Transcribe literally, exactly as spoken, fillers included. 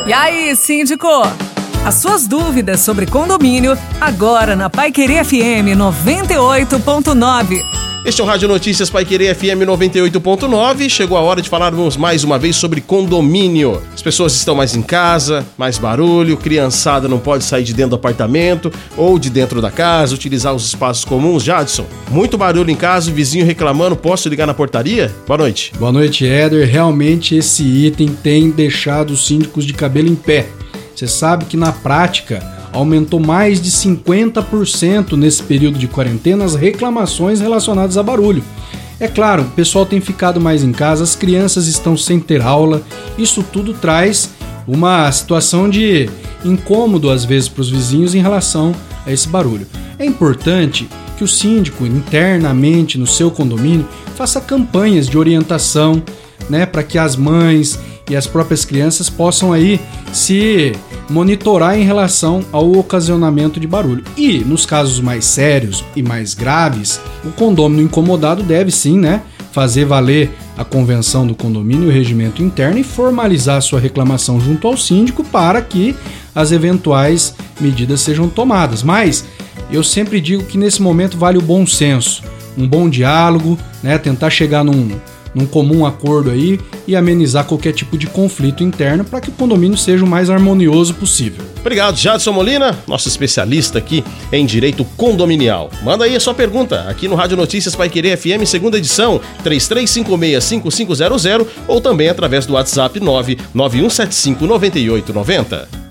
E aí, síndico? As suas dúvidas sobre condomínio, agora na Paiquerê F M noventa e oito ponto nove. Este é o Rádio Notícias Paiquerê F M noventa e oito ponto nove. Chegou a hora de falarmos mais uma vez sobre condomínio. As pessoas estão mais em casa, mais barulho, criançada não pode sair de dentro do apartamento ou de dentro da casa, utilizar os espaços comuns. Jadson, muito barulho em casa, o vizinho reclamando, posso ligar na portaria? Boa noite. Boa noite, Éder. Realmente esse item tem deixado os síndicos de cabelo em pé. Você sabe que na prática aumentou mais de cinquenta por cento nesse período de quarentena as reclamações relacionadas a barulho. É claro, o pessoal tem ficado mais em casa, as crianças estão sem ter aula, isso tudo traz uma situação de incômodo às vezes para os vizinhos em relação a esse barulho. É importante que o síndico internamente no seu condomínio faça campanhas de orientação, né, para que as mães e as próprias crianças possam aí se monitorar em relação ao ocasionamento de barulho. E nos casos mais sérios e mais graves, o condômino incomodado deve sim, né, fazer valer a convenção do condomínio e o regimento interno e formalizar sua reclamação junto ao síndico para que as eventuais medidas sejam tomadas. Mas eu sempre digo que nesse momento vale o bom senso, um bom diálogo, né, tentar chegar num num comum acordo aí e amenizar qualquer tipo de conflito interno para que o condomínio seja o mais harmonioso possível. Obrigado, Jadson Molina, nosso especialista aqui em direito condominial. Manda aí a sua pergunta aqui no Rádio Notícias Paiquerê F M, segunda edição, três três cinco seis, cinco cinco zero zero ou também através do WhatsApp nove nove um sete cinco nove oito nove zero.